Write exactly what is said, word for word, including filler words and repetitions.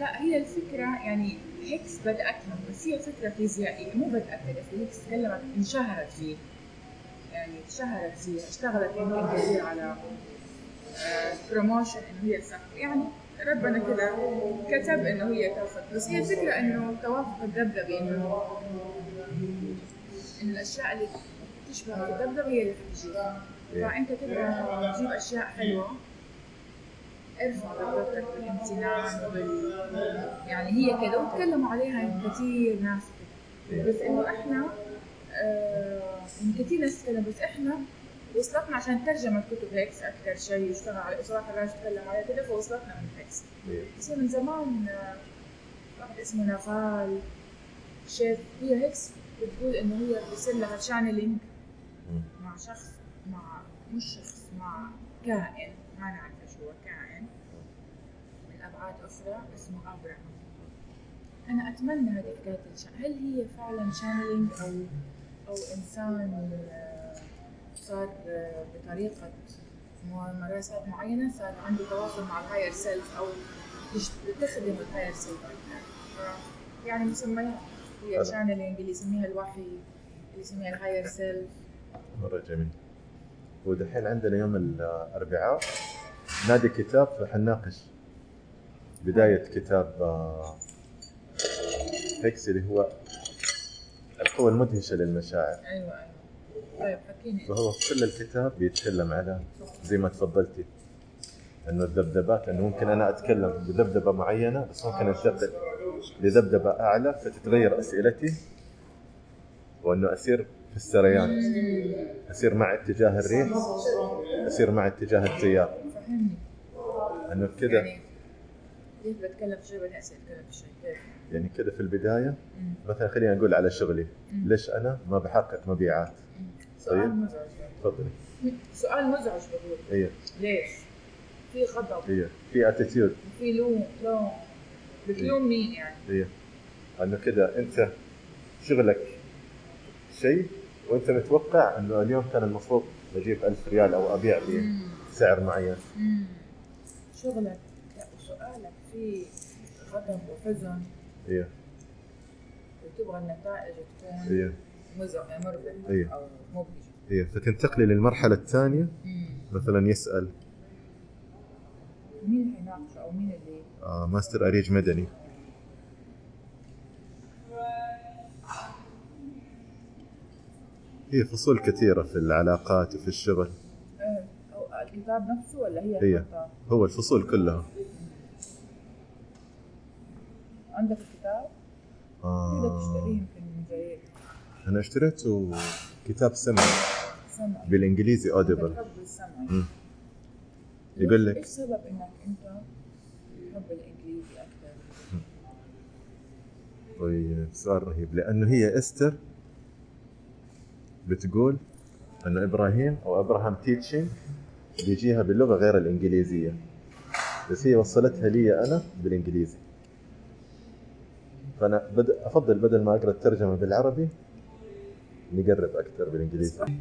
لا هي الفكرة يعني هيكس بدأتها، بس هي فكرة فيزيائية مو بدأتها، بس هيكس تكلمت انشهرت فيه، يعني اشتهرت فيها، اشتغلت يمكن كثير على بروموشن انه هي صح، يعني ربنا كذا كتب انه هي تاخذ. بس هي الفكرة انه توافق الذبذبي، انه إن الاشياء اللي تشبه الذبذبة هي اللي تجي، فانت تبغى تجيب اشياء حلوة ارفع ذبذبتك بالامتنان وبال يعني هي كذا، وتكلموا عليها كثير ناس كذا. بس انه احنا آه يعني كثير ناس تتكلم، بس احنا وصلتنا عشان ترجمة كتب هيكس أكثر شيء، واشتغل على إصلاح الراجل تكلم عليها كذا، فوصلتنا من هيكس. بس من زمان واحد اسمه نافال شيف، هي هيكس بتقول إنه هي بيصير لها شانلينج مع شخص، مع مش شخص، مع كائن ما نعرف إيش هو، كائن من أبعاد أخرى اسمه أبراهام. أنا أتمنى هذه حكاية الشان، هل هي فعلا شانلينج أو أو إنسان صار بطريقة ممارسات معينة صار عنده تواصل مع الهاير سيلف أو تخدم الهاير سيلف أكثر، يعني مسميات هي شانلينج، اللي يسميها الوحي، اللي يسميها الهاير سيلف. مرة جميل. ودحين عندنا يوم الأربعاء نادي كتاب، فحنناقش بداية كتاب هيكس اللي هو القوة المدهشة للمشاعر. أيوة أيوة. طيب حكيني. فهو في كل الكتاب بيتكلم على زي ما تفضلتي انه الذبذبات، انه ممكن انا اتكلم بذبذبه معينه بس ممكن انتقل لذبذبه اعلى فتتغير اسئلتي، وانه اسير في السريان، اسير مع اتجاه الريح، اسير مع اتجاه التيار. فهمني انه كذا يعني كيف بتكلم في شيء بعدين اسال اتكلم في شيء، يعني كذا في البدايه مثلا خلينا نقول على شغلي، مم. ليش انا ما بحقق مبيعات؟ سؤال طيب. مزعج. تفضلي. سؤال مزعج بقول. ايه. ليش؟ في غضب. ايه. في اتيتيود. في لوم. لوم. بتلوم مين يعني؟ ايه. انه كذا انت شغلك شيء وانت متوقع انه اليوم كان المفروض اجيب ألف ريال او ابيع بسعر معين. امم شغلك لا وسؤالك في غضب وحزن. ايه. وتبغى النتائج تكون ايه مزعجة مربحة إيه. او مبهجة. ايه. فتنتقلي للمرحلة الثانية. مم. مثلا يسأل مين اللي يناقش او مين اللي آه ماستر أريج مدني. هي فصول كثيرة في العلاقات وفي الشغل. ايه او الكتاب نفسه ولا هي إيه. هو الفصول كلها. عندك الكتاب؟ آه. تقدر تشتريه يمكن من جايك. أنا اشتريته كتاب سمعي. سمعي. بالإنجليزي أوديبل. بتحب السمعي. يقول لك. إيش سبب إنك أنت تحب الإنجليزي أكثر؟ طيب سؤال رهيب، لأنه هي إستر بتقول أنه إبراهيم أو أبراهام تيتشين بيجيها باللغة غير الإنجليزية، بس هي وصلتها لي أنا بالإنجليزي، فأنا أفضل بدل ما أقرأ الترجمة بالعربي نقرب أكثر بالإنجليزي.